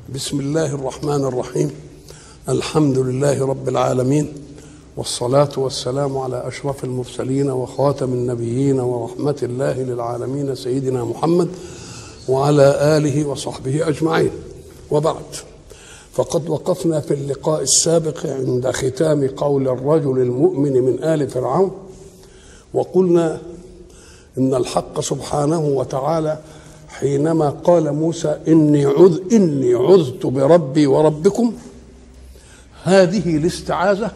بسم الله الرحمن الرحيم. الحمد لله رب العالمين، والصلاة والسلام على أشرف المرسلين وخاتم النبيين ورحمة الله للعالمين سيدنا محمد وعلى آله وصحبه أجمعين، وبعد. فقد وقفنا في اللقاء السابق عند ختام قول الرجل المؤمن من آل فرعون، وقلنا إن الحق سبحانه وتعالى حينما قال موسى إني عذت بربي وربكم، هذه الاستعاذة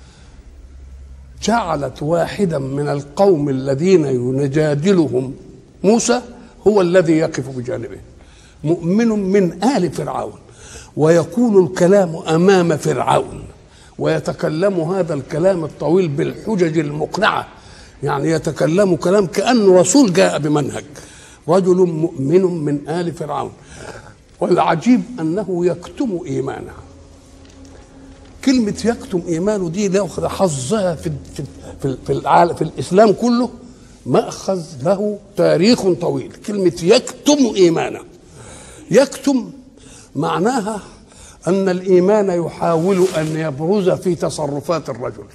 جعلت واحدا من القوم الذين يجادلهم موسى هو الذي يقف بجانبه، مؤمن من آل فرعون، ويكون الكلام أمام فرعون، ويتكلم هذا الكلام الطويل بالحجج المقنعة، يعني يتكلم كلام كأنه رسول جاء بمنهج، رجل مؤمن من آل فرعون. والعجيب أنه يكتم إيمانه. كلمة يكتم إيمانه دي له حظها في الإسلام كله، مأخذ له تاريخ طويل. كلمة يكتم إيمانه، يكتم معناها أن الإيمان يحاول أن يبرز في تصرفات الرجل،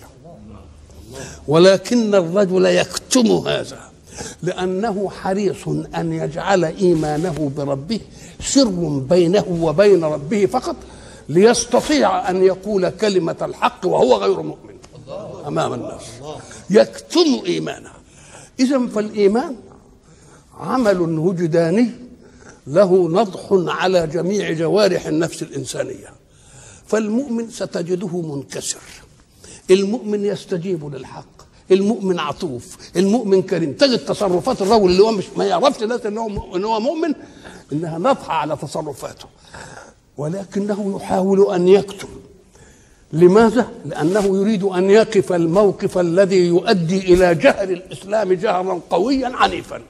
ولكن الرجل يكتم هذا لأنه حريص أن يجعل إيمانه بربه سر بينه وبين ربه فقط، ليستطيع أن يقول كلمة الحق وهو غير مؤمن أمام الناس. يكتم إيمانه. إذن فالإيمان عمل وجداني له نضح على جميع جوارح النفس الإنسانية. فالمؤمن ستجده منكسر، المؤمن يستجيب للحق، المؤمن عطوف، المؤمن كريم. تجد تصرفات الرجل اللي هو مش ما يعرفش الناس ان هو مؤمن انها ناضحه على تصرفاته، ولكنه يحاول ان يكتم. لماذا؟ لانه يريد ان يقف الموقف الذي يؤدي الى جهر الاسلام جهرا قويا عنيفا.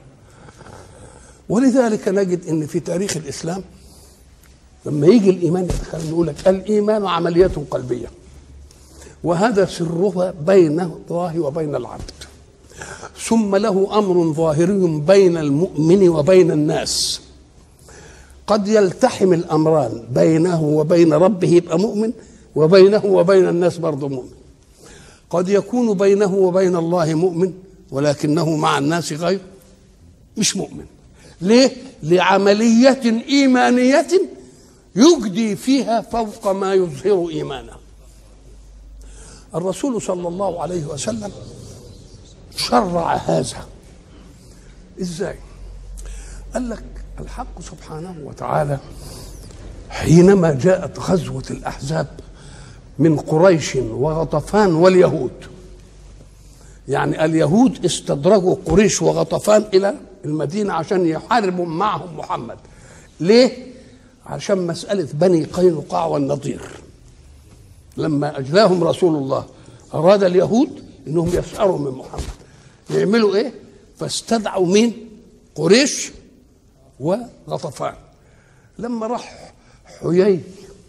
ولذلك نجد ان في تاريخ الاسلام لما يجي الايمان يتكلم يقول لك الايمان عمليات قلبيه، وهذا سرها بين الله وبين العبد، ثم له أمر ظاهري بين المؤمن وبين الناس. قد يلتحم الأمران بينه وبين ربه يبقى مؤمن، وبينه وبين الناس برضه مؤمن. قد يكون بينه وبين الله مؤمن ولكنه مع الناس غير مش مؤمن. ليه؟ لعملية إيمانية يجدي فيها فوق ما يظهر إيمانه. الرسول صلى الله عليه وسلم شرع هذا ازاي؟ قال لك الحق سبحانه وتعالى حينما جاءت غزوة الأحزاب من قريش وغطفان واليهود، يعني اليهود استدرجوا قريش وغطفان إلى المدينة عشان يحاربوا معهم محمد. ليه؟ عشان مسألة بني قينقاع والنضير. لما أجلاهم رسول الله أراد اليهود إنهم يسأروا من محمد، يعملوا إيه؟ فاستدعوا مين؟ قريش وغطفان. لما راح حيي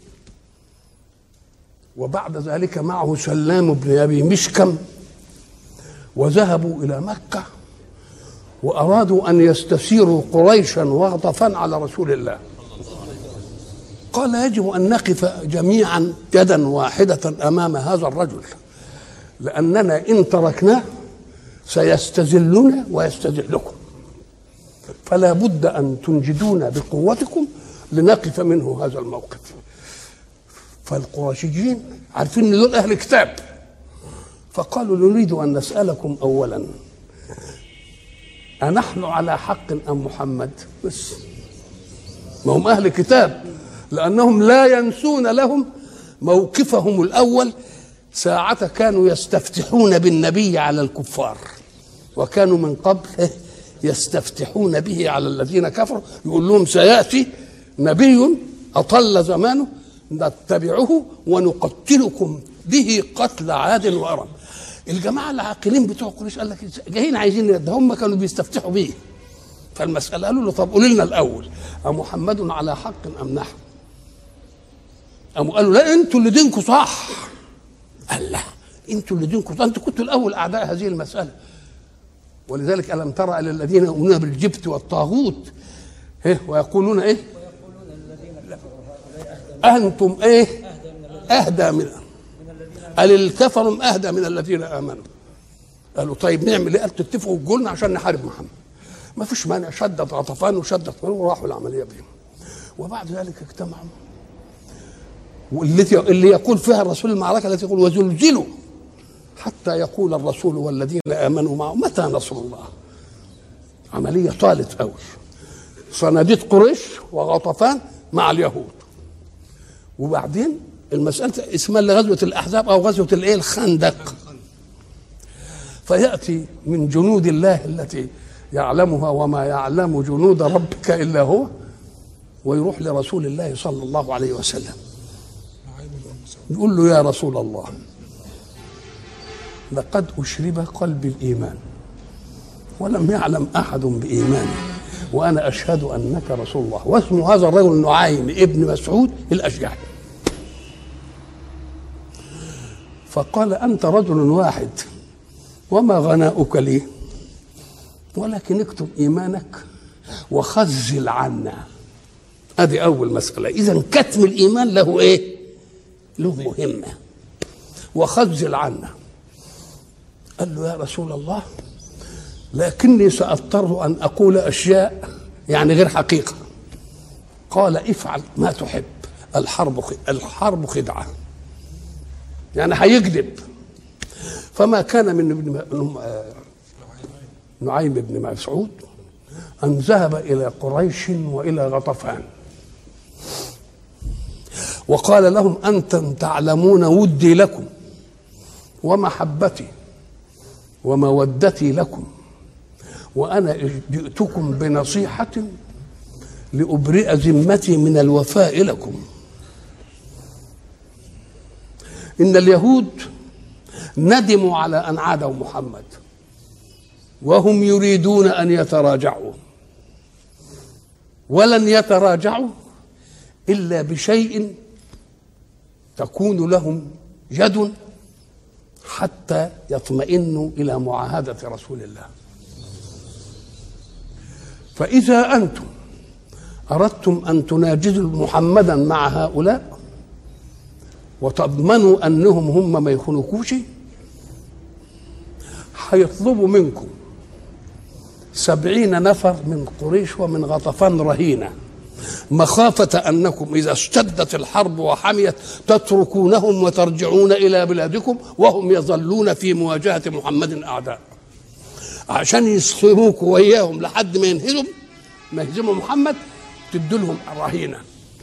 وبعد ذلك معه سلام بن أبي مشكم وذهبوا إلى مكة وأرادوا أن يستسيروا قريشا وغطفان على رسول الله، قال يجب أن نقف جميعا يدا واحدة أمام هذا الرجل، لأننا إن تركناه سيستذلنا ويستذلكم، فلا بد أن تنجدونا بقوتكم لنقف منه هذا الموقف. فالقرشيين عارفين أن دول أهل كتاب، فقالوا نريد أن نسألكم أولا أنحن على حق أم محمد؟ بس ما هم أهل كتاب، لأنهم لا ينسون لهم موقفهم الأول ساعة كانوا يستفتحون بالنبي على الكفار، وكانوا من قبل يستفتحون به على الذين كفروا، يقول لهم سيأتي نبي أطل زمانه نتبعه ونقتلكم به قتل عاد وأرم. الجماعة العاقلين بتوع قريش قال لك جايين عايزين، ده هم كانوا بيستفتحوا به. فالمسألة قالوا له طب قولوا لنا الأول أمحمد على حق أم نحن؟ قالوا لا انتوا اللي دينكم صح. قال لا انتوا اللي دينكم صح، انتوا كنتوا الاول اعداء هذه المساله. ولذلك الم ترى الى الذين يؤمنون بالجبت والطاغوت ويقولون ايه؟ أنتم إيه أهدى من قال الكفر أهدى من الذين آمنوا. قالوا طيب نعمل إيه؟ قال تتفقوا وتقولنا عشان نحارب محمد. ما فيش مانع، شدت غطفان وشدت وراحوا العملية بهم. وبعد ذلك اجتمعوا، اللي يقول فيها الرسول المعركة التي يقول وزلزلوا حتى يقول الرسول والذين آمنوا معه متى نصر الله. عملية طالت قوي، صناديد قريش وغطفان مع اليهود. وبعدين المسألة اسمها غزوة الأحزاب أو غزوة الإيه الخندق. فيأتي من جنود الله التي يعلمها وما يعلم جنود ربك إلا هو، ويروح لرسول الله صلى الله عليه وسلم يقول له يا رسول الله لقد أشرب قلبي الإيمان ولم يعلم أحد بإيمانه وأنا أشهد أنك رسول الله. واسم هذا الرجل نعيم ابن مسعود الأشجعي. فقال أنت رجل واحد وما غناؤك لي، ولكن اكتب إيمانك وخزل عنا. هذه أول مسألة. إذن كتم الإيمان له إيه؟ له مهمة. وخزل عنا. قال له يا رسول الله لكني سأضطر أن أقول أشياء يعني غير حقيقة. قال افعل ما تحب، الحرب خدعة، يعني هيكذب. فما كان من نعيم بن مسعود أن ذهب إلى قريش وإلى غطفان وقال لهم أنتم تعلمون ودي لكم ومحبتي ومودتي لكم، وأنا جئتكم بنصيحة لأبرئ ذمتي من الوفاء لكم. إن اليهود ندموا على أن عادوا محمد وهم يريدون أن يتراجعوا، ولن يتراجعوا إلا بشيء تكون لهم يد حتى يطمئنوا إلى معاهدة رسول الله. فإذا أنتم أردتم أن تناجزوا محمدا مع هؤلاء وتضمنوا أنهم هم ما يخونكوش، هيطلبوا منكم 70 نفر من قريش ومن غطفان رهينة، مخافة أنكم إذا اشتدت الحرب وحميت تتركونهم وترجعون إلى بلادكم وهم يظلون في مواجهة محمد أعداء، عشان يسخروكوا وإياهم لحد ما يهزموا محمد تدوا لهم رهينة.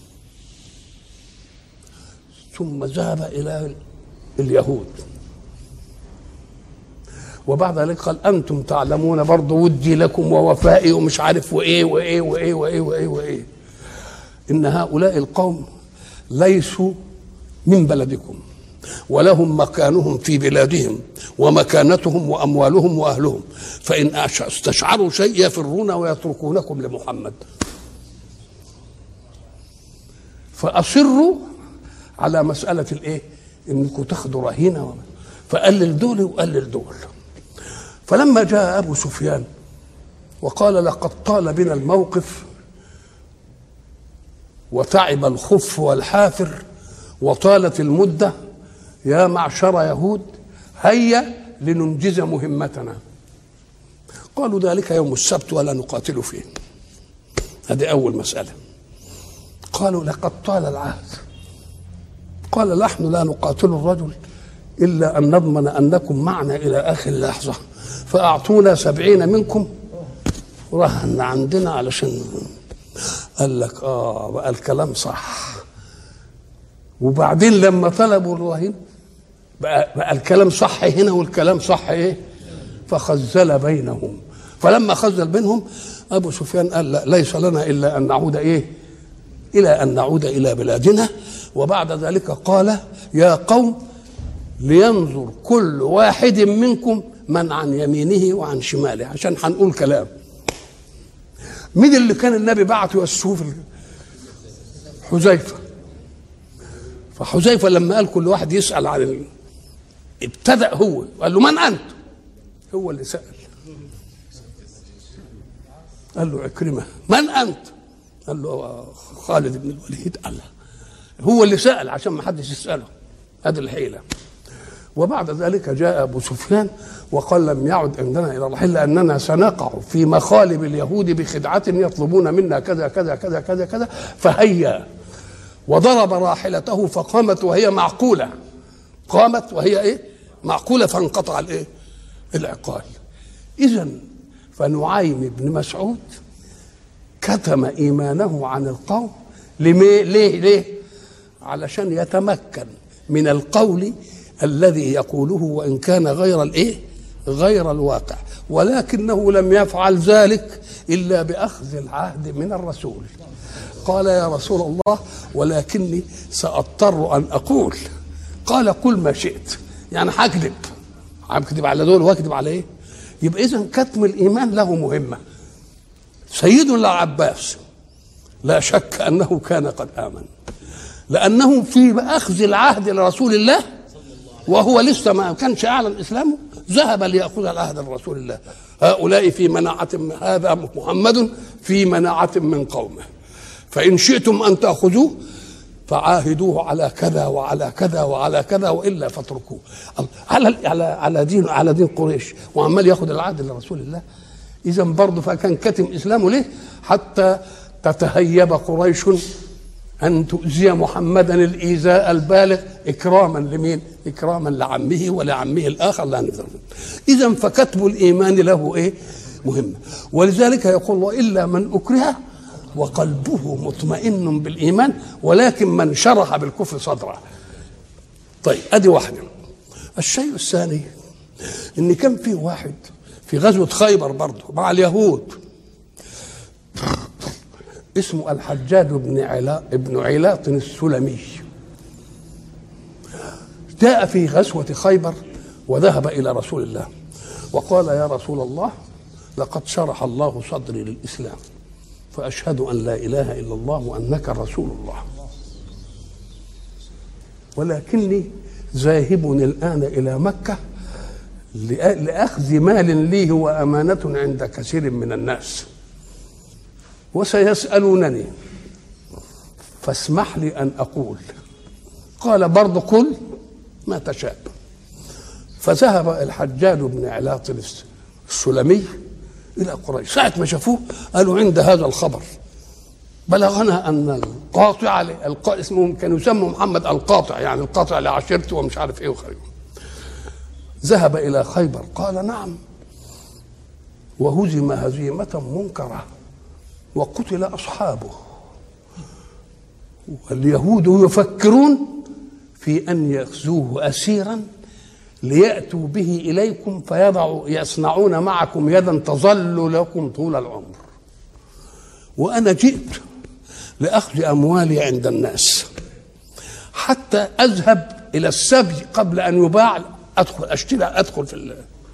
ثم ذهب إلى اليهود وبعد ذلك قال أنتم تعلمون برضه ودي لكم ووفائي ومش عارف وإيه وإيه وإيه وإيه وإيه وإيه، إن هؤلاء القوم ليسوا من بلدكم ولهم مكانهم في بلادهم ومكانتهم وأموالهم وأهلهم، فإن استشعروا شيء يفرون ويتركونكم لمحمد. فأصروا على مسألة الإيه؟ إنكم تاخدوا رهينة، فقلل دول وقلل دول. فلما جاء أبو سفيان وقال لقد طال بنا الموقف وتعب الخف والحافر وطالت المدة، يا معشر يهود هيا لننجز مهمتنا. قالوا ذلك يوم السبت ولا نقاتل فيه. هذه أول مسألة. قالوا لقد طال العهد. قال نحن لا نقاتل الرجل إلا أن نضمن أنكم معنا إلى آخر لحظة، فأعطونا 70 منكم رهن عندنا علشان. قال لك بقى الكلام صح. وبعدين لما طلبوا الرهين بقى الكلام صح هنا والكلام صح ايه، فخزل بينهم. فلما خزل بينهم أبو سفيان قال لا ليس لنا إلا أن نعود إيه، إلى أن نعود إلى بلادنا. وبعد ذلك قال يا قوم لينظر كل واحد منكم من عن يمينه وعن شماله، عشان هنقول كلام. مين اللي كان النبي بعت يوسوه؟ حذيفة. فحذيفة لما قال كل واحد يسأل عن ابتدأ هو قال له من أنت؟ هو اللي سأل. قال له عكرمة. من أنت؟ قال له خالد بن الوليد. الله. هو اللي سأل عشان ما حدش يسأله، هذه الحيلة. وبعد ذلك جاء أبو سفيان وقال لم يعد عندنا إلى الرحيل لأننا سنقع في مخالب اليهود بخدعة يطلبون منا كذا كذا كذا كذا كذا، فهيا. وضرب راحلته فقامت وهي معقولة، قامت وهي إيه؟ معقولة، فانقطع الإيه؟ العقال. إذن فنعيم بن مسعود كتم إيمانه عن القوم. ليه؟ علشان يتمكن من القول الذي يقوله وإن كان غير الإيه؟ غير الواقع، ولكنه لم يفعل ذلك إلا بأخذ العهد من الرسول. قال يا رسول الله ولكني سأضطر أن أقول. قال قل ما شئت، يعني هكذب على دول واكذب على إيه؟ يبقى إذن كتم الإيمان له مهمة. سيدنا العباس لا شك أنه كان قد آمن، لأنه في أخذ العهد لرسول الله وهو لسه ما كانش أعلن إسلامه ذهب ليأخذ العهد لرسول الله. هؤلاء في مناعة، هذا محمد في مناعة من قومه، فإن شئتم أن تأخذوه فعاهدوه على كذا وعلى كذا وعلى كذا وإلا فاتركوه. على دين قريش، وعمال يأخذ العهد لرسول الله. إذا برضه فكان كتم إسلامه ليه؟ حتى تتهيب قريش أن تؤذي محمدا الإيذاء البالغ إكراما لمين؟ إكراما لعمه ولعمه الآخر لا نقدر. إذا فكتب الإيمان له إيه؟ مهم. ولذلك يقول وإلا من أكره وقلبه مطمئن بالإيمان ولكن من شرح بالكفر صدره. طيب أدي واحدة. الشيء الثاني إن كان في واحد في غزوة خيبر برضه مع اليهود اسمه الحجاج بن علاط السلمي، جاء في غزوة خيبر وذهب إلى رسول الله وقال يا رسول الله لقد شرح الله صدري للإسلام فأشهد أن لا إله إلا الله وأنك رسول الله، ولكني ذاهب الآن إلى مكة لأخذ مال لي هو أمانة عند كثير من الناس وسيسألونني فاسمح لي أن أقول. قال برضه قل ما تشاء. فذهب الحجاج بن علاط السلمي إلى قريش. ساعة ما شافوه قالوا عند هذا الخبر بلغنا أن القاطع اسمهم كانوا يسموا محمد القاطع، يعني القاطع لعشيرته ومش عارف إيه وخيره. ذهب إلى خيبر. قال نعم، وهزم هزيمة منكرة وقتل أصحابه، واليهود يفكرون في أن يأخذوه أسيرا ليأتوا به إليكم يصنعون معكم يدا تظل لكم طول العمر، وأنا جئت لأخذ أموالي عند الناس حتى أذهب إلى السبي قبل أن يباع، أدخل في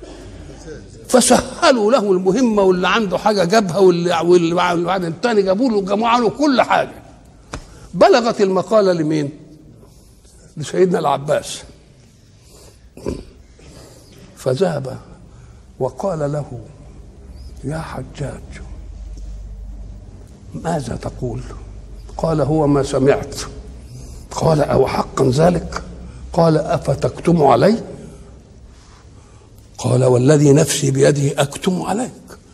فسهلوا له المهمة، واللي عنده حاجة جابها واللي بعد الثاني جابوا له جمعوا له كل حاجة. بلغت المقالة لمين؟ لسيدنا العباس. فذهب وقال له يا حجاج ماذا تقول؟ قال هو ما سمعت. قال أو حقا ذلك؟ قال أفتكتم علي؟ قال والذي نفسي بيده أكتم عليك.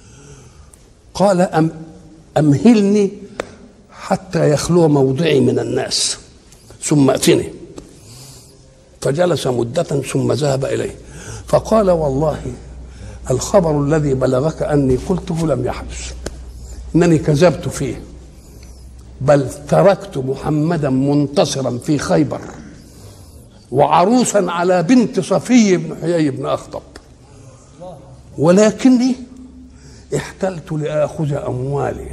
قال أمهلني حتى يخلو موضعي من الناس ثم أتني. فجلس مدة ثم ذهب إليه فقال والله الخبر الذي بلغك أني قلته لم يحدث، إنني كذبت فيه، بل تركت محمدا منتصرا في خيبر وعروسا على بنت صفي بن حيي بن أخطب، ولكني احتلت لآخذ أموالي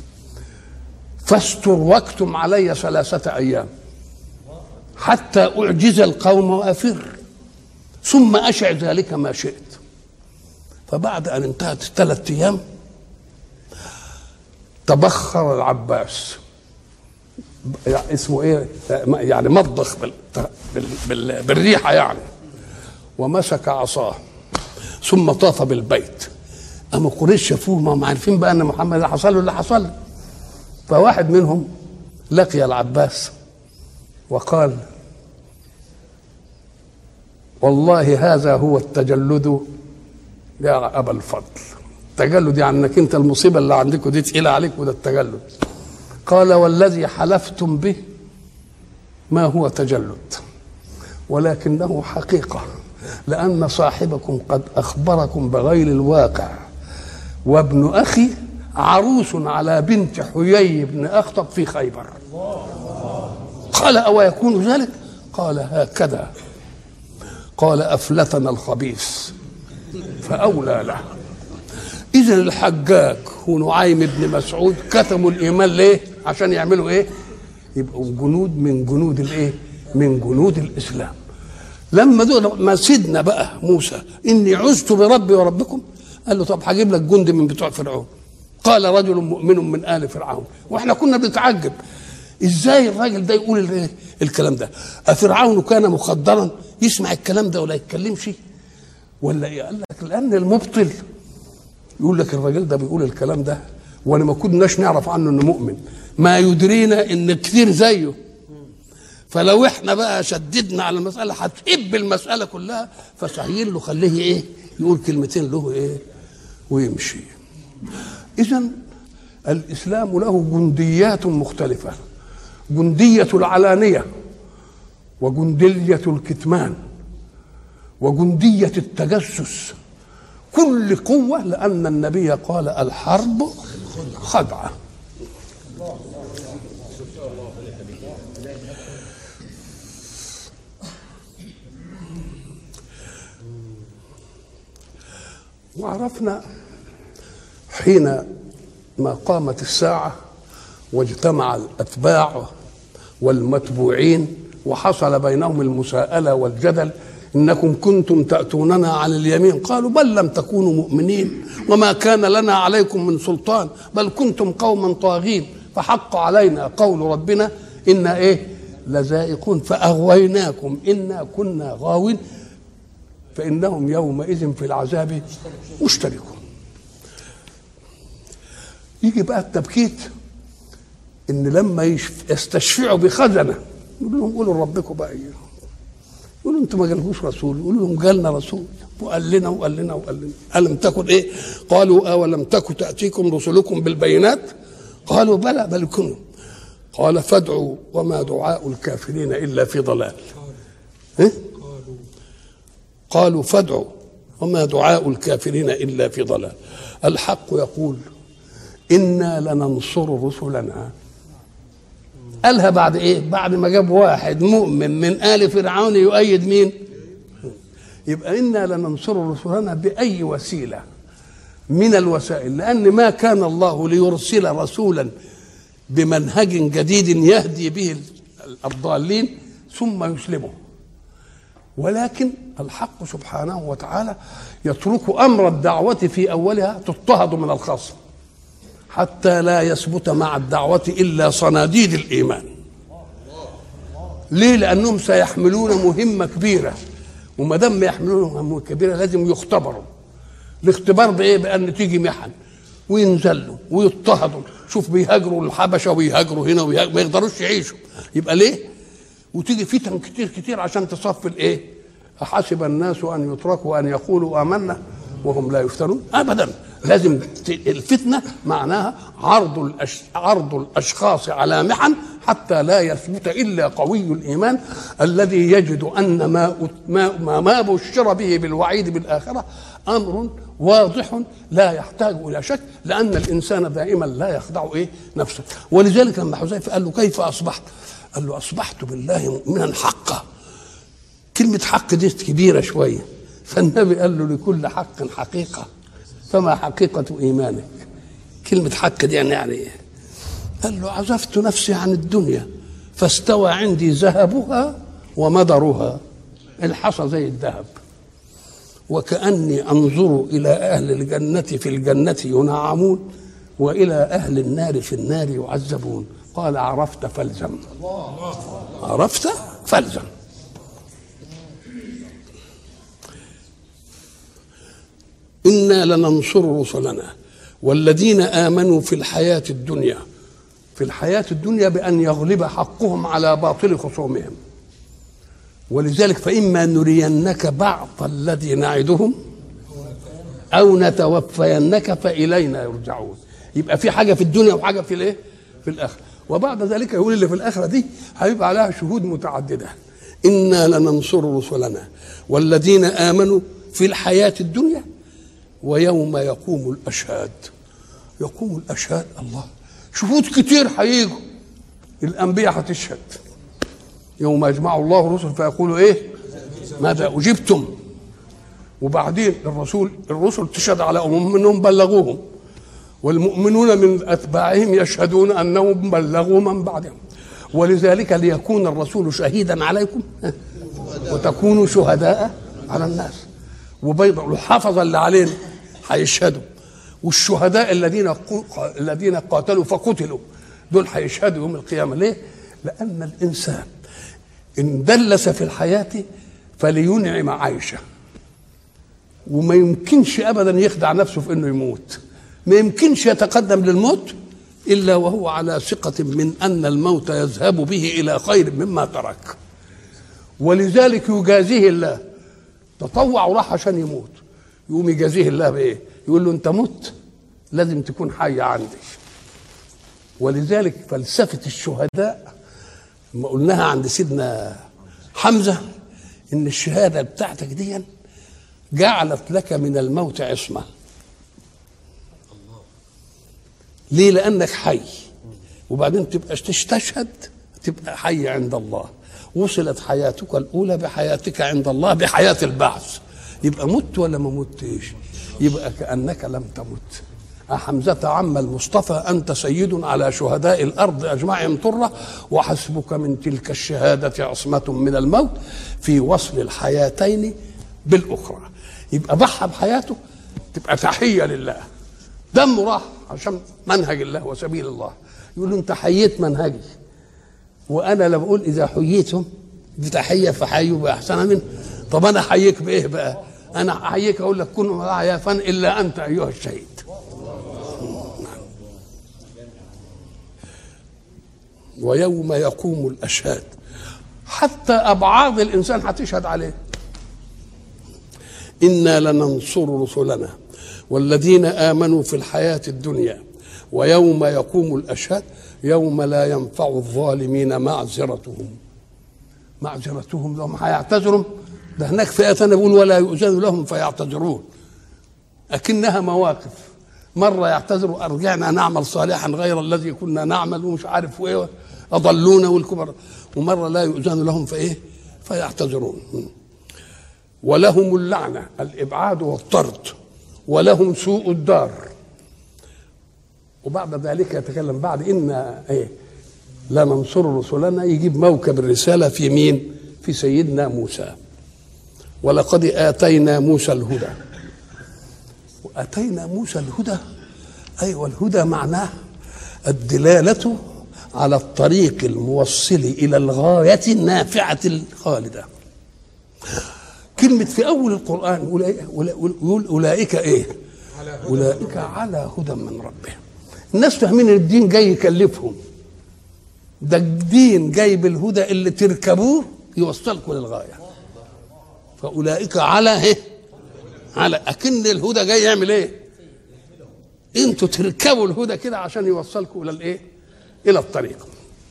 فاستر واكتم علي 3 أيام حتى أعجز القوم وأفر ثم أشع ذلك ما شئت. فبعد أن انتهت 3 أيام تبخر العباس، اسمه ايه يعني مضخ بالريحة يعني، ومسك عصاه ثم طاف بالبيت. أما قريش شافوه ما عارفين بقى أن محمد اللي حصل له اللي حصل. فواحد منهم لقي العباس وقال والله هذا هو التجلد يا أبا الفضل. التجلد يعني انك انت المصيبة اللي عندكم دي تقيلة عليك، وده التجلد. قال والذي حلفتم به ما هو تجلد ولكنه حقيقة، لأن صاحبكم قد أخبركم بغير الواقع، وابن أخي عروس على بنت حيي بن أخطب في خيبر. قال أو يكون ذلك؟ قال هكذا. قال أفلتنا الخبيث فأولى له. إذن الحجاج ونعيم بن مسعود كتموا الإيمان ليه؟ عشان يعملوا إيه؟ يبقوا جنود من جنود الإيه؟ من جنود الإسلام. لما دول ما سيدنا بقى موسى إني عزت بربي وربكم، قال له طب هجيب لك جند من بتوع فرعون. قال رجل مؤمن من آل فرعون. وإحنا كنا بنتعجب إزاي الراجل ده يقول الكلام ده؟ أفرعون كان مخدرا يسمع الكلام ده ولا يتكلمش ولا إيه؟ قال لك لأن المبطل يقول لك الراجل ده بيقول الكلام ده وانا ما كناش نعرف عنه انه مؤمن، ما يدرينا ان كتير زيه. فلو احنا بقى شددنا على المساله هتقب المساله كلها، فسهيل له خليه ايه؟ يقول كلمتين له ايه؟ ويمشي. اذا الاسلام له جنديات مختلفه، جنديه العلانيه، وجنديه الكتمان، وجنديه التجسس، كل قوة، لأن النبي قال الحرب خدعة. وعرفنا حين ما قامت الساعة واجتمع الأتباع والمتبوعين وحصل بينهم المساءلة والجدل، إنكم كنتم تأتوننا عن اليمين، قالوا بل لم تكونوا مؤمنين وما كان لنا عليكم من سلطان بل كنتم قوما طاغين فحق علينا قول ربنا إنا إيه لذائقون فأغويناكم إنا كنا غاوين فإنهم يومئذ في العذاب مشتركون. يجي بقى التبكيت إن لما يستشفعوا بخزنة يقول لهم قولوا لربكم بقى، يقولوا انتم ما جالكوش رسول، يقولوا لهم جالنا رسول وقال لنا وقال لنا وقال لنا. ألم تكن ايه؟ قالوا أولم تكن تأتيكم رسلكم بالبينات؟ قالوا بلى بل كنوا. قال فادعوا وما دعاء الكافرين إلا في ضلال. إيه؟ قالوا فادعوا وما دعاء الكافرين إلا في ضلال. الحق يقول إنا لننصر رسلنا. قالها بعد ايه؟ بعد ما جاب واحد مؤمن من آل فرعون يؤيد مين؟ يبقى إنا لننصر رسلنا بأي وسيلة من الوسائل، لأن ما كان الله ليرسل رسولا بمنهج جديد يهدي به الضالين ثم يسلمه، ولكن الحق سبحانه وتعالى يترك أمر الدعوة في أولها تضطهد من الخصم حتى لا يثبت مع الدعوة إلا صناديد الإيمان. ليه؟ لأنهم سيحملون مهمة كبيرة، وما دام يحملون مهمة كبيرة لازم يختبروا. الاختبار بإيه؟ بأن تيجي محن وينزلوا ويضطهدوا. شوف بيهاجروا الحبشة ويهاجروا هنا ما يقدروش يعيشوا. يبقى ليه؟ وتيجي فتن كتير كتير عشان تصفي الإيه؟ أحسب الناس أن يتركوا أن يقولوا آمنا وهم لا يفتنون؟ أبدا. لازم الفتنة معناها عرض الأشخاص على محن حتى لا يثبت إلا قوي الإيمان الذي يجد أن ما بشر به بالوعيد بالآخرة أمر واضح لا يحتاج إلى شك، لأن الإنسان دائما لا يخدع نفسه. ولذلك لما حذيفة قال له كيف أصبحت؟ قال له أصبحت بالله مؤمنا حقا. كلمة حق دي كبيرة شوية، فالنبي قال له لكل حق حقيقة، فما حقيقة إيمانك؟ كلمة حق دي يعني إيه؟ قال له عزفت نفسي عن الدنيا فاستوى عندي ذهبها ومدرها، الحصى زي الذهب، وكأني أنظر إلى أهل الجنة في الجنة ينعمون وإلى أهل النار في النار يعذبون. قال عرفت فالزم، عرفت فالزم. إنا لننصر رسلنا والذين آمنوا في الحياة الدنيا في الحياة الدنيا بأن يغلب حقهم على باطل خصومهم. ولذلك فإما نرينك بعض الذي نعدهم أو نتوفينك فإلينا يرجعون. يبقى في حاجة في الدنيا وحاجة في الايه؟ في الآخرة. وبعد ذلك يقول اللي في الآخرة دي هيبقى عليها شهود متعددة. إنا لننصر رسلنا والذين آمنوا في الحياة الدنيا ويوم يقوم الأشهاد. يقوم الأشهاد، الله، شهود كتير هيجوا. الأنبياء هتشهد يوم يجمع الله الرسل فيقولوا إيه؟ ماذا أجبتم؟ وبعدين الرسل تشهد على أمم منهم بلغوهم، والمؤمنون من أتباعهم يشهدون أنهم بلغوا من بعدهم. ولذلك ليكون الرسول شهيدا عليكم وتكونوا شهداء على الناس. وبيض الحفظ اللي علينا هيشهدوا، والشهداء الذين قاتلوا فقتلوا دول هيشهدوا يوم القيامة. ليه؟ لأن الإنسان إن دلس في الحياة فلينعم عيشه، وما يمكنش أبدا يخدع نفسه في إنه يموت. ما يمكنش يتقدم للموت إلا وهو على ثقة من أن الموت يذهب به إلى خير مما ترك. ولذلك يجازيه الله، تطوع وراح عشان يموت، يقوم يجازيه الله بإيه؟ يقول له أنت مت لازم تكون حي عندي. ولذلك فلسفة الشهداء ما قلناها عند سيدنا حمزة إن الشهادة بتاعتك دي جعلت لك من الموت عصمة. ليه؟ لأنك حي، وبعدين تبقى تستشهد تبقى حي عند الله. وصلت حياتك الأولى بحياتك عند الله بحياة البعث. يبقى مت ولا ما متش؟ يبقى كأنك لم تمت. حمزة عم المصطفى أنت سيد على شهداء الأرض أجمعهم طرة، وحسبك من تلك الشهادة عصمة من الموت في وصل الحياتين بالأخرى. يبقى ضحى بحياته تبقى تحية لله، دمه راح عشان منهج الله وسبيل الله. يقول له أنت حييت منهجي، وأنا لما بقول إذا حييتم بتحية فحيوا بأحسن منه. طب أنا أحييك بإيه بقى؟ أنا أحييك أقول لك كن معي فن إلا أنت أيها الشهيد. ويوم يقوم الأشهاد، حتى أبعاد الإنسان هتشهد عليه. إنا لننصر رسلنا والذين آمنوا في الحياة الدنيا ويوم يقوم الأشهاد يوم لا ينفع الظالمين معذرتهم لهم هيعتذروا. ده هناك في آية ثانية بيقول ولا يؤذن لهم فيعتذرون، أكنها مواقف. مرة يعتذروا أرجعنا نعمل صالحا غير الذي كنا نعمل ومش عارف إيه أضلونا والكبر، ومرة لا يؤذن لهم فإيه فيعتذرون. ولهم اللعنة الإبعاد والطرد، ولهم سوء الدار. وبعد ذلك يتكلم بعد إن إيه لا ننصر رسلنا، يجيب موكب الرسالة في مين؟ في سيدنا موسى. ولقد آتينا موسى الهدى. وآتينا موسى الهدى، أيوة الهدى معناه الدلالة على الطريق الموصل إلى الغاية النافعة الخالدة. كلمة في أول القرآن يقول أولئك إيه؟ أولئك على هدى من ربهم. الناس فاهمين ان الدين جاي يكلفهم، ده الدين جاي بالهدى اللي تركبوه يوصلكم للغايه. فاولئك على ايه؟ على اكن الهدى جاي يعمل ايه؟ انتوا تركبوا الهدى كده عشان يوصلكم الى الايه؟ الى الطريق.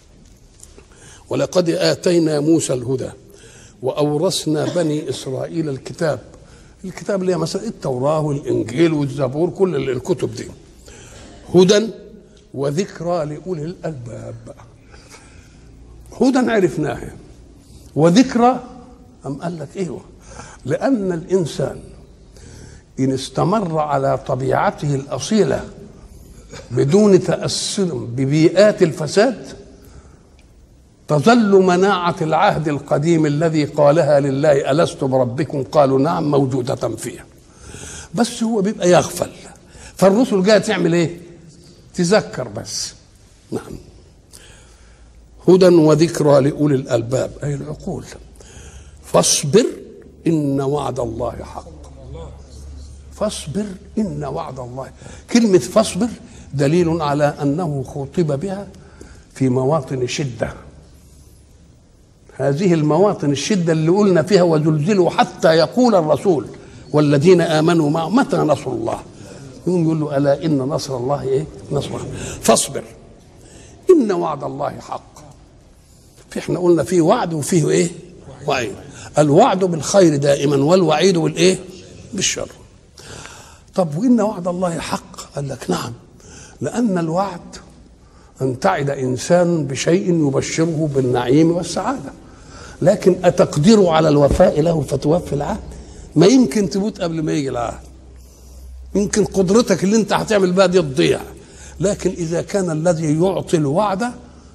ولقد اتينا موسى الهدى واورثنا بني اسرائيل الكتاب اللي هي مثلا التوراه والانجيل والزبور، كل الكتب دي هدى وذكرى لأولي الألباب. هدى عرفناها، وذكرى أم قال لك إيه؟ لأن الإنسان إن استمر على طبيعته الأصيلة بدون تأثر ببيئات الفساد تظل مناعة العهد القديم الذي قالها لله ألست بربكم قالوا نعم موجودة فيه. بس هو بيبقى يغفل، فالرسل جاءت تعمل إيه؟ تذكر بس. نعم. هدى وذكرى لأولي الألباب أي العقول. فاصبر إن وعد الله حق. فاصبر إن وعد الله. كلمة فاصبر دليل على أنه خطب بها في مواطن شدة. هذه المواطن الشدة اللي قلنا فيها وزلزلوا حتى يقول الرسول والذين آمنوا معه متى نصر الله. يقول له ألا إن نصر الله إيه؟ نصر. فاصبر إن وعد الله حق. احنا قلنا فيه وعد وفيه إيه؟ وعيد. الوعد بالخير دائما والوعيد بالإيه؟ بالشر. طب وإن وعد الله حق؟ قال لك نعم، لأن الوعد أن تعد إنسان بشيء يبشره بالنعيم والسعادة، لكن أتقدر على الوفاء له فتوفي العهد؟ ما يمكن تموت قبل ما يجي العهد، يمكن قدرتك اللي انت هتعمل بها دي تضيع. لكن إذا كان الذي يعطي الوعد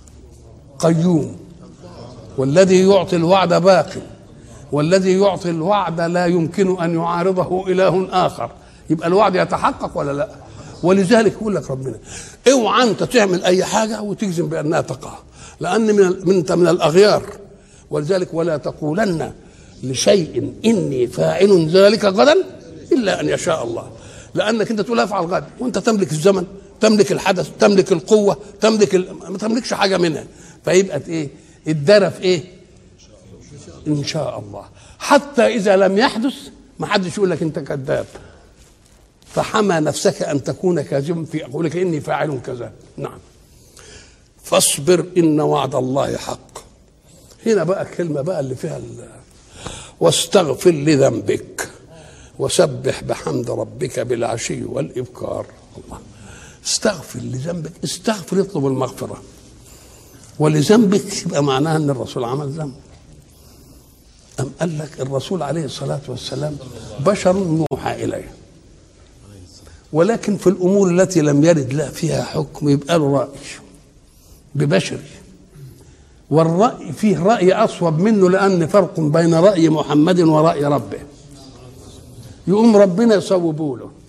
قيوم، والذي يعطي الوعد باق، والذي يعطي الوعد لا يمكن أن يعارضه إله آخر، يبقى الوعد يتحقق ولا لا؟ ولذلك يقول لك ربنا اوعى انت تعمل اي حاجه وتجزم بانها تقع، لان من الاغيار. ولذلك ولا تقولن لشيء اني فاعل ذلك غدا الا ان يشاء الله، لانك انت تقول افعل غدا وانت تملك الزمن، تملك الحدث، تملك القوه، ما تملكش حاجه منها، فيبقى ايه؟ الدرى في ايه؟ ان شاء الله. حتى اذا لم يحدث ما حدش يقول لك انت كذاب، فحمى نفسك أن تكون كاذبا في قولك إني فاعل كذا. نعم. فاصبر إن وعد الله حق. هنا بقى الكلمة بقى اللي فيها واستغفر لذنبك وسبح بحمد ربك بالعشي والإبكار. الله. استغفر لذنبك، استغفر، اطلب المغفرة. ولذنبك يبقى معناها أن الرسول عمل ذنب. أم قال لك الرسول عليه الصلاة والسلام بشر يوحى إليه، ولكن في الأمور التي لم يرد له فيها حكم يبقى له رأي ببشري، والرأي فيه رأي أصوب منه، لأن فرق بين رأي محمد ورأي ربه. يقوم ربنا يصوبوا له.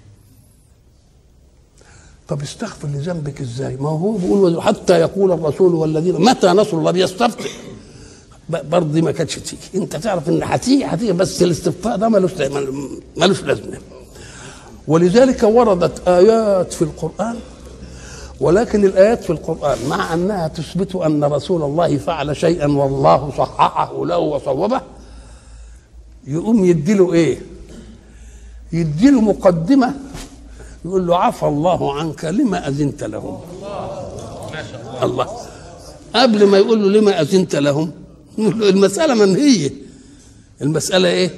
طب استغفر لذنبك ازاي؟ ما هو بيقول حتى يقول الرسول والذين متى نصر الله بيستفتح. برضه دي ما كانتش تيجي، انت تعرف ان هتيجي بس الاستفتاء ده ملوش لازمه. ولذلك وردت آيات في القرآن، ولكن الآيات في القرآن مع أنها تثبت أن رسول الله فعل شيئا والله صححه له وصوبه، يقوم يديله إيه؟ يديله مقدمة، يقول له عفى الله عنك لما أذنت لهم. الله قبل ما يقول له لما أذنت لهم يقول له المسألة منهية. المسألة إيه؟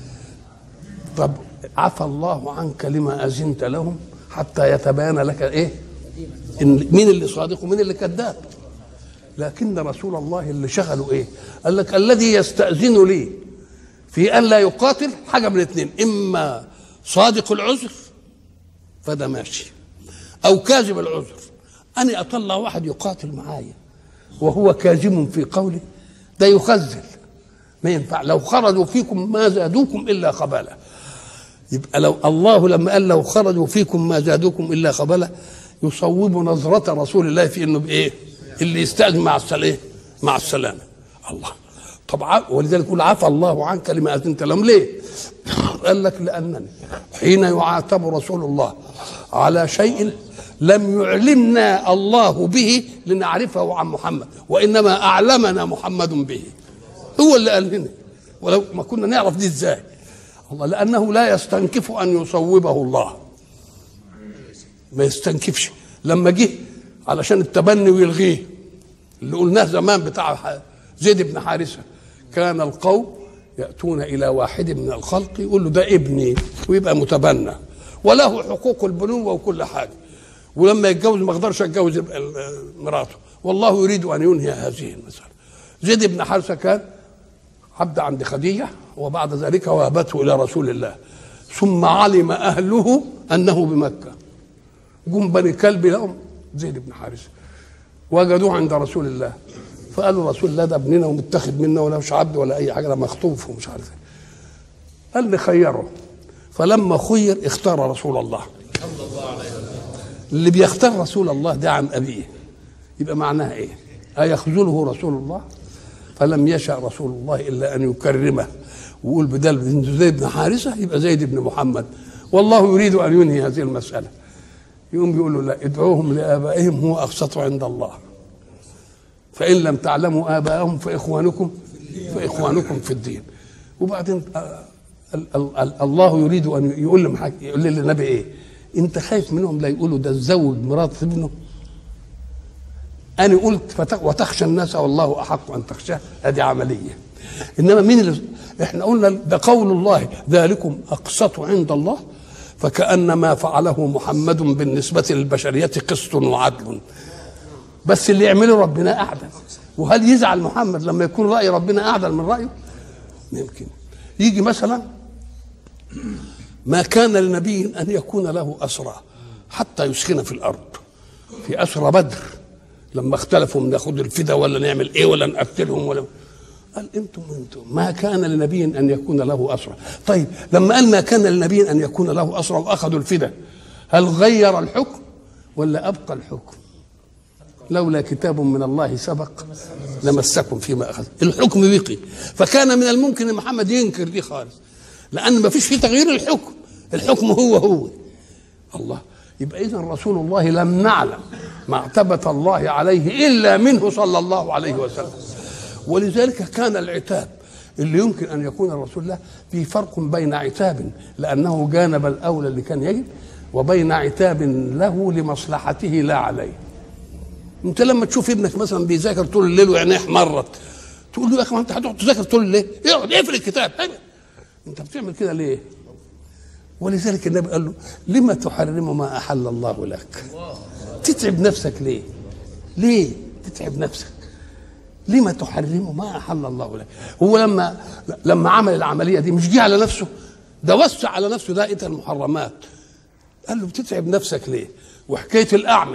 طب عفى الله عنك لما أذنت لهم حتى يتبين لك ايه مين اللي صادق ومين اللي كذاب. لكن رسول الله اللي شغله ايه؟ قال لك الذي يستأذن لي في ان لا يقاتل حاجه من الاثنين، اما صادق العذر فده ماشي، او كاذب العذر. انا اطلع واحد يقاتل معايا وهو كاذب في قوله، ده يخزل، ما ينفع. لو خرجوا فيكم ما زادوكم الا خبالا. يبقى لو الله لما قال لو خرجوا فيكم ما زادوكم الا خبالا، يصوب نظرة رسول الله في انه بايه؟ اللي يستأذن مع السلامة. الله. طبعا ولذلك يقول عفى الله عنك لما أذنت لهم. ليه؟ قال لك لأنني حين يعاتب رسول الله على شيء لم يعلمنا الله به لنعرفه عن محمد، وإنما أعلمنا محمد به، هو اللي قال لنا، ولو ما كنا نعرف دي ازاي. الله لأنه لا يستنكف أن يصوبه الله، ما يستنكفش. لما جه علشان التبني ويلغيه اللي قلناه زمان بتاع زيد بن حارثة، كان القوم يأتون إلى واحد من الخلق يقول له ده ابني ويبقى متبنى وله حقوق البنوة وكل حاجة، ولما يتجوز ما اقدرش اتجوز مراته، والله يريد أن ينهي هذه المسألة. زيد بن حارثة كان عبد عند خديجة، وبعد ذلك وهبته إلى رسول الله، ثم علم أهله أنه بمكة، جم بني كلب لهم زيد بن حارثة وجدوه عند رسول الله، فقالوا رسول الله ده ابننا ومتخذ منا ولا مش عبد ولا أي حاجة، ده مخطوف ومش عارف ايه. قال لي خيره، فلما خير اختار رسول الله. اللي بيختار رسول الله ده عن أبيه، يبقى معناها ايه؟ أيخذله رسول الله؟ فلم يشأ رسول الله إلا أن يكرمه ويقول بدل بن زيد بن حارثة يبقى زيد بن محمد، والله يريد أن ينهي هذه المسألة. يقوم بيقول له لا، ادعوهم لآبائهم هو أقسط عند الله. فإن لم تعلموا آباءهم فإخوانكم في الدين. وبعدين الله يريد أن يقول للنبي إيه؟ أنت خايف منهم لا يقولوا ده تزوج مرات ابنه؟ أنا قلت وتخشى الناس والله أحق أن تخشاه، هذه عملية. إنما مين اللي إحنا قلنا ده قول الله ذلكم أقسط عند الله، فكأن ما فعله محمد بالنسبة للبشرية قسط وعدل، بس اللي يعمله ربنا أعدل. وهل يزعل محمد لما يكون رأي ربنا أعدل من رأيه؟ يمكن يجي مثلا ما كان لنبي أن يكون له أسرى حتى يسكن في الأرض. في أسرى بدر لما اختلفوا ناخد الفدا ولا نعمل ايه ولا نقتلهم ولا، قال انتم ما كان لنبي ان يكون له اسرى. طيب لما قال ما كان لنبي ان يكون له اسرى واخذوا الفدا، هل غير الحكم ولا ابقى الحكم؟ لولا كتاب من الله سبق لمسكم فيما اخذ، الحكم بقي. فكان من الممكن ان محمد ينكر دي خالص، لان ما فيش فيه تغيير الحكم، الحكم هو الله. يبقى اذا رسول الله لم نعلم معتبة الله عليه إلا منه صلى الله عليه وسلم. ولذلك كان العتاب اللي يمكن أن يكون الرسول له في فرق بين عتاب لأنه جانب الأولى اللي كان يجب، وبين عتاب له لمصلحته لا عليه. أنت لما تشوف ابنك مثلا بيذاكر طول الليل وعينيه احمرت، تقول له يا أخي ما أنت هتقعد تذاكر طول الليل، اقعد اقفل الكتاب. أنت بتعمل كده ليه؟ ولذلك النبي قال له لما تحرم ما أحل الله لك؟ تتعب نفسك ليه؟ ليه تتعب نفسك؟ لما تحرم ما أحل الله لك؟ هو لما عمل العملية دي مش جه على نفسه، ده وسع على نفسه دائرة المحرمات. قال له بتتعب نفسك ليه؟ وحكاية الأعمى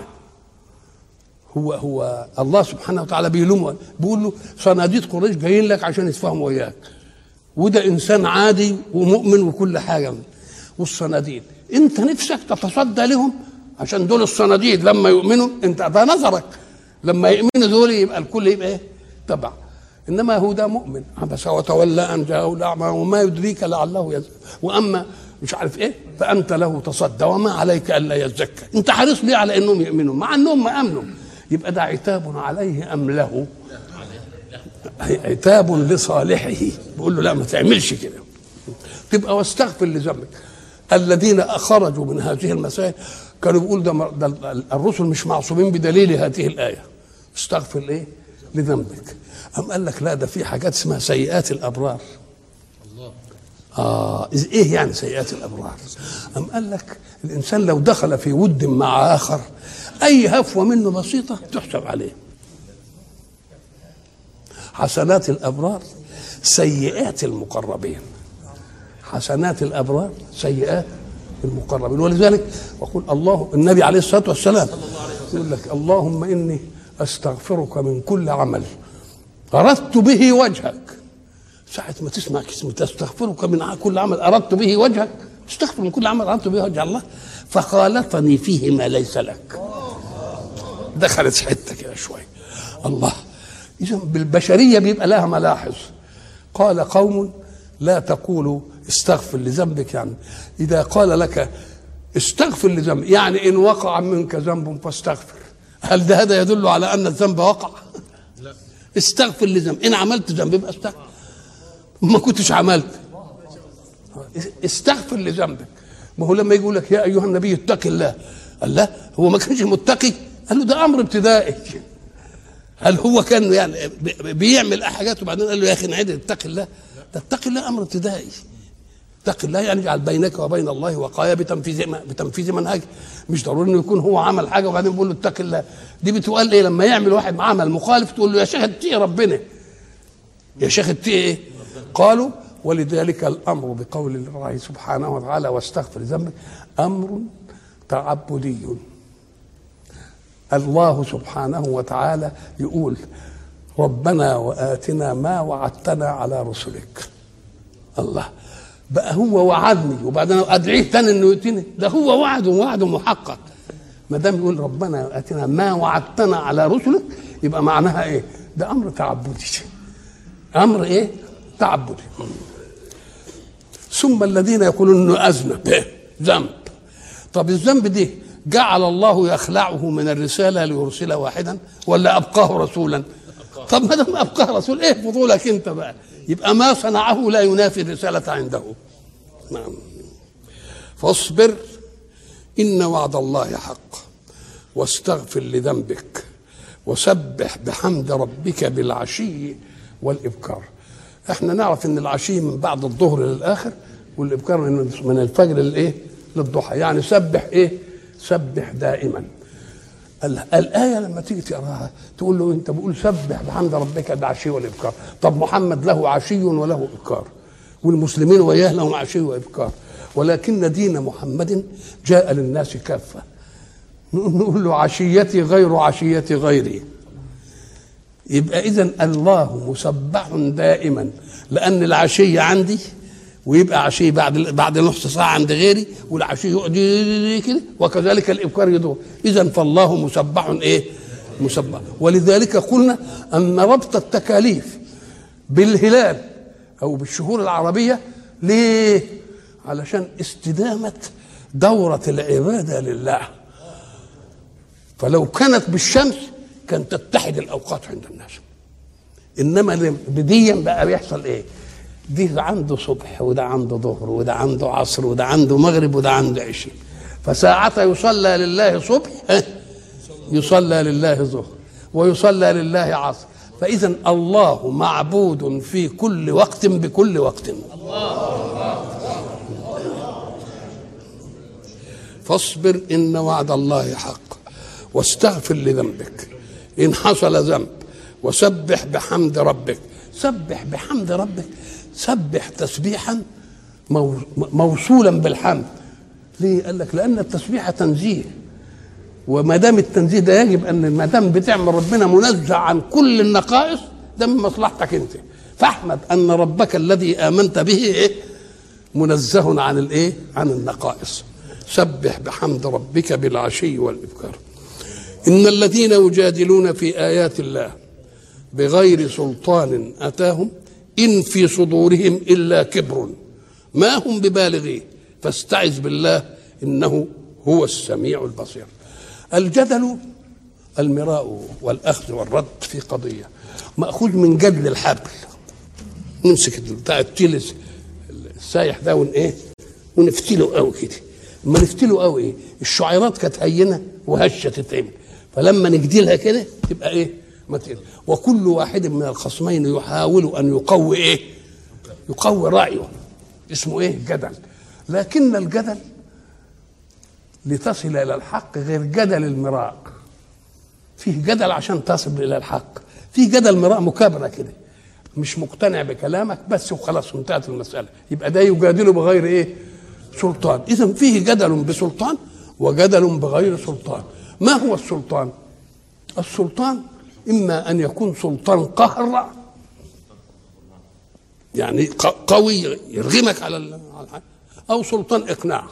هو الله سبحانه وتعالى بيلومه، بيقول له صناديد قريش جايين لك عشان يتفاهموا وياك، وده إنسان عادي ومؤمن وكل حاجة، والصناديد أنت نفسك تتصدى لهم عشان دول الصناديد لما يؤمنوا، انت ده نظرك لما يؤمنوا دول يبقى الكل يبقى ايه؟ تبع. انما هو ده مؤمن عبس وتولى ان جاءه الاعمى وما يدريك لعله يزكى، واما مش عارف ايه فانت له تصدى وما عليك الا يزكى. انت حريص ليه على انهم يؤمنوا مع انهم ما امنوا؟ يبقى ده عتاب عليه ام له؟ عتاب لصالحه، بيقول له لا ما تعملش كده، تبقى واستغفر لذنبك. الذين خرجوا من هذه المسائل كانوا بيقول ده الرسل مش معصومين بدليل هذه الآية، استغفر ايه؟ لذنبك. أم قال لك لا، ده في حاجات اسمها سيئات الأبرار. ايه يعني سيئات الأبرار؟ أم قال لك الإنسان لو دخل في ود مع آخر أي هفوة منه بسيطة تحسب عليه. حسنات الأبرار سيئات المقربين، حسنات الأبرار سيئات المقربين. ولذلك وقل الله النبي عليه الصلاة والسلام يقول لك اللهم إني أستغفرك من كل عمل أردت به وجهك. ساعة ما تسمع اسم تستغفرك من كل عمل أردت به وجهك، استغفر من كل عمل أردت به وجه الله فخالطني فيه ما ليس لك. دخلت حتة كده شوية الله. إذا بالبشرية بيبقى لها ملاحظ. قال قوم لا تقولوا استغفر لذنبك، يعني إذا قال لك استغفر لذنبك يعني إن وقع منك ذنب فاستغفر، هل هذا يدل على أن الذنب وقع؟ لا. استغفر لذنب، إن عملت ذنب يبقى استغفر، ما كنتش عملت استغفر لذنبك. ما هو لما يقول لك يا أيها النبي اتق الله، قال لا هو ما كانش متقي، قال له ده أمر ابتدائي. هل هو كان يعني بيعمل حاجات وبعدين قال له يا أخي نعيد اتق الله؟ ده اتق الله أمر ابتدائي. اتق الله يعني اجعل بينك وبين الله وقاية بتنفيذ منهج. مش ضروري انه يكون هو عمل حاجه وبعدين بيقول له اتق الله. دي بتقال ايه لما يعمل واحد عمل مخالف تقول له يا شيخ اتقي ربنا، يا شيخ اتقي ايه؟ قالوا ولذلك الامر بقول الله سبحانه وتعالى واستغفر ذنبك امر تعبدي. الله سبحانه وتعالى يقول ربنا وآتنا ما وعدتنا على رسلك. الله بقى هو وعدني وبعدين ادعيه تاني انه يؤتيني؟ ده هو وعد محقق. ما دام يقول ربنا وآتنا ما وعدتنا على رسلك يبقى معناها ايه؟ ده امر تعبدي، امر ايه؟ تعبدي. ثم الذين يقولون انه اذنب ذنب. طب الذنب دي جعل الله يخلعه من الرساله ليرسل واحدا ولا ابقاه رسولا؟ طب ما دام ابقاه رسول ايه فضولك انت بقى؟ يبقى ما صنعه لا ينافي الرساله عنده. نعم. فاصبر ان وعد الله حق واستغفر لذنبك وسبح بحمد ربك بالعشي والابكار. احنا نعرف ان العشي من بعد الظهر للاخر، والابكار من الفجر للايه؟ للضحى. يعني سبح ايه؟ سبح دائما. الآية لما تيجي تقراها تقول له أنت بقول سبح بحمد ربك بالعشي والإبكار. طب محمد له عشي وله إبكار، والمسلمين وياه لهم عشي وإبكار، ولكن دين محمد جاء للناس كافة. نقول له عشيتي غير عشية غيري. يبقى إذن الله مسبح دائما، لأن العشية عندي ويبقى عشي بعد نص ساعة عند غيري، والعشي يقعد كده، وكذلك الإبكار يدور. إذن فالله مسبح إيه؟ مسبح. ولذلك قلنا أن ربط التكاليف بالهلال أو بالشهور العربية ليه؟ علشان استدامة دورة العبادة لله. فلو كانت بالشمس كانت تتحد الأوقات عند الناس، إنما بديا بقى بيحصل إيه؟ دي عنده صبح وده عنده ظهر وده عنده عصر وده عنده مغرب وده عنده عشاء، فساعة يصلى لله صبح يصلى لله ظهر ويصلى لله عصر. فإذا الله معبود في كل وقت بكل وقت. فاصبر إن وعد الله حق واستغفر لذنبك إن حصل ذنب وسبح بحمد ربك. سبح بحمد ربك، سبح تسبيحا موصولا بالحمد. ليه؟ قال لك لأن التسبيح تنزيه، وما دام التنزيه ده يجب أن ما دام بتعمل ربنا منزه عن كل النقائص، ده من مصلحتك أنت. فاحمد أن ربك الذي آمنت به إيه؟ منزه عن الإيه؟ عن النقائص. سبح بحمد ربك بالعشي والإبكار. إن الذين يجادلون في آيات الله بغير سلطان أتاهم إن في صدورهم إلا كبر ما هم ببالغيه فاستعذ بالله إنه هو السميع البصير. الجدل المراء والأخذ والرد في قضية مأخوذ من جدل الحبل. نمسك بتاع التلس السايح ده ونفتله قوي كده. اما نفتله قوي ايه؟ الشعيرات كانت هينه وهشه تتعمل، فلما نجدلها كده تبقى ايه؟ ما تقل. وكل واحد من الخصمين يحاول ان يقوي ايه؟ يقوي رايه. اسمه ايه؟ جدل. لكن الجدل لتصل الى الحق غير جدل المراء. فيه جدل عشان تصل الى الحق، فيه جدل مراء مكابره كده، مش مقتنع بكلامك بس وخلاص وانتهت المساله، يبقى ده يجادله بغير ايه؟ سلطان. اذا فيه جدل بسلطان وجدل بغير سلطان. ما هو السلطان؟ السلطان اما ان يكون سلطان قهر، يعني قوي يرغمك على الحاجة، او سلطان اقناع.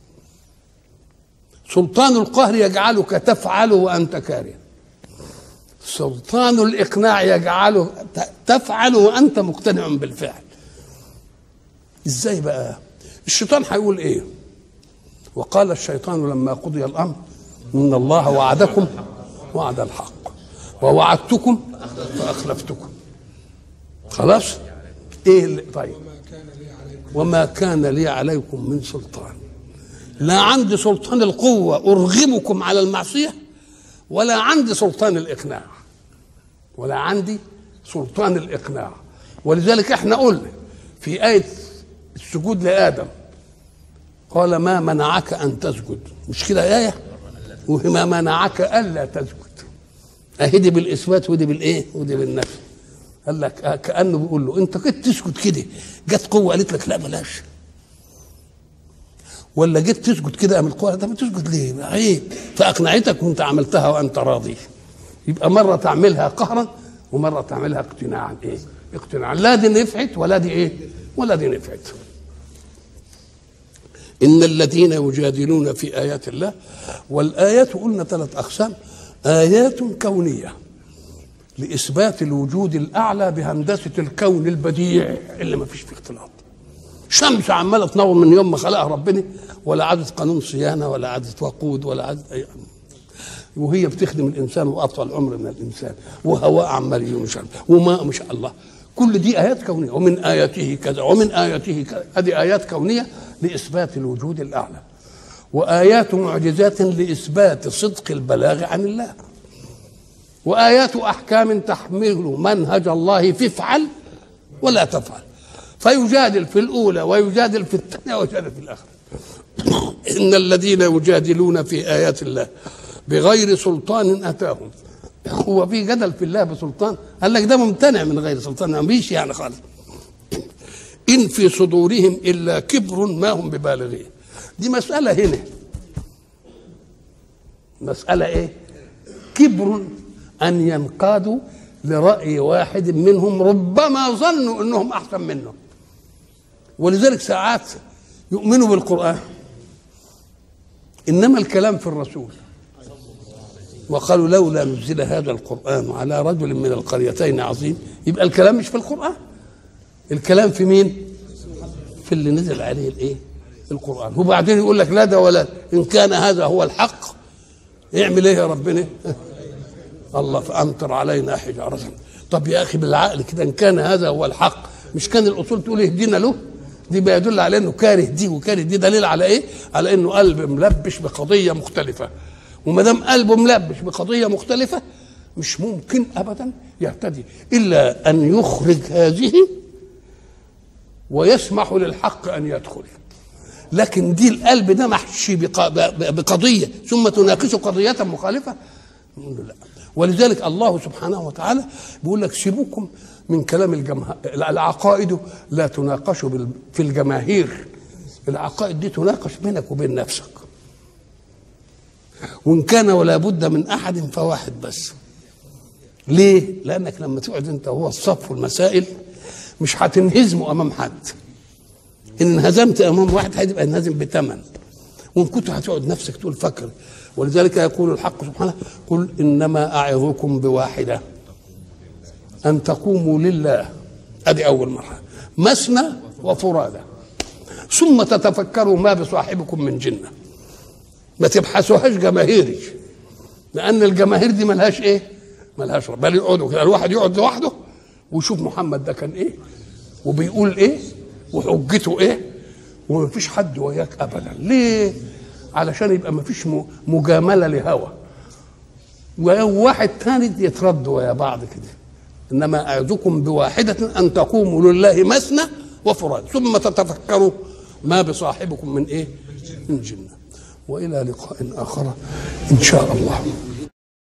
سلطان القهر يجعلك تفعل وانت كاره، سلطان الاقناع يجعله تفعل وانت مقتنع بالفعل. ازاي بقى؟ الشيطان هيقول ايه؟ وقال الشيطان لما قضي الامر ان الله وعدكم وعد الحق ووعدتكم فاخلفتكم. خلاص؟ ايه اللي طيب؟ وما كان لي عليكم من سلطان. لا عندي سلطان القوه ارغمكم على المعصيه، ولا عندي سلطان الاقناع، ولا عندي سلطان الاقناع. ولذلك احنا قلنا في آية السجود لآدم قال ما منعك أن تسجد، مش كده آية؟ وما منعك ألا تسجد. أهدي بالإثبات ودي بالإيه؟ ودي بالنفي. قال لك كأنه بيقول له أنت كنت تسجد كده، جت قوة قالت لك لا بلاش، ولا جيت تسجد كده قام القوة ده ما تسجد ليه؟ عيب، فأقنعتك وأنت عملتها وأنت راضي. يبقى مرة تعملها قهرا ومرة تعملها اقتناعا. إيه؟ اقتناعا. لا دي نفعت ولا دي إيه؟ ولا دي نفعت. إن الذين يجادلون في آيات الله، والآيات قلنا 3 أقسام: آيات كونية لإثبات الوجود الأعلى بهندسة الكون البديع اللي ما فيش فيه اختلاط. شمس عمالة تنور من يوم ما خلقها ربنا، ولا عادت قانون صيانة ولا عادت وقود ولا عادت أي. وهي بتخدم الانسان واطول عمر من الانسان، وهواء عمال يمشي وماء مش الله، كل دي ايات كونيه. ومن اياته كذا ومن اياته كذا، هذه ايات كونيه لاثبات الوجود الاعلى، وايات معجزات لاثبات صدق البلاغ عن الله، وايات احكام تحمل منهج الله في افعل ولا تفعل، فيجادل في الاولى ويجادل في الثانيه ويجادل في الاخره. ان الذين يجادلون في ايات الله بغير سلطان اتاهم، هو في جدل في الله بسلطان؟ قال لك ده ممتنع من غير سلطان، ما فيش يعني خالص. ان في صدورهم الا كبر ما هم ببالغيه. دي مساله هنا، مساله ايه؟ كبر ان ينقادوا لراي واحد منهم ربما ظنوا انهم احسن منه، ولذلك ساعات يؤمنوا بالقران انما الكلام في الرسول، وقالوا لولا نزل هذا القرآن على رجل من القريتين عظيم. يبقى الكلام مش في القرآن، الكلام في مين؟ في اللي نزل عليه الايه؟ القرآن. وبعدين يقول لك لا ده ولا، ان كان هذا هو الحق يعمل ايه يا ربنا؟ الله فامطر علينا حجارة. طب يا اخي بالعقل كده، ان كان هذا هو الحق مش كان الاصول تقول اهدينا له؟ دي بيدل على انه كاره دي وكاره دي. دليل على ايه؟ على انه قلب ملبش بقضية مختلفة، وما دام قلبه ملبش بقضيه مختلفه مش ممكن ابدا يهتدي الا ان يخرج هذه ويسمح للحق ان يدخل. لكن دي القلب ده محشي بقضيه ثم تناقش قضيه مخالفه، لا. ولذلك الله سبحانه وتعالى بيقول لك سيبوكم من كلام العقائد لا تناقش في الجماهير، العقائد دي تناقش بينك وبين نفسك، وإن كان ولا بد من أحد فواحد بس. ليه؟ لأنك لما تقعد أنت وهو الصف والمسائل مش هتنهزموا أمام حد. إن انهزمت أمام واحد هتبقى انهزم بثمن، وإن كنت هتقعد نفسك تقول فكر. ولذلك يقول الحق سبحانه: قل إنما أعظكم بواحدة أن تقوموا لله، أدي أول مرة، مثنى وفرادى، ثم تتفكروا ما بصاحبكم من جنة. ما تبحثوهاش جماهيري، لان الجماهير دي ملهاش ايه؟ ملهاش رب. بل يقعدوا كده، الواحد يقعد لوحده ويشوف محمد ده كان ايه وبيقول ايه وحجته ايه، ومفيش حد وياك ابدا. ليه؟ علشان يبقى مفيش مجامله لهوى، وواحد ثاني يترد ويا بعض كده. انما اعظكم بواحده ان تقوموا لله مثنى وفراد ثم تتفكروا ما بصاحبكم من ايه؟ من جنه. وإلى لقاء آخر إن شاء الله.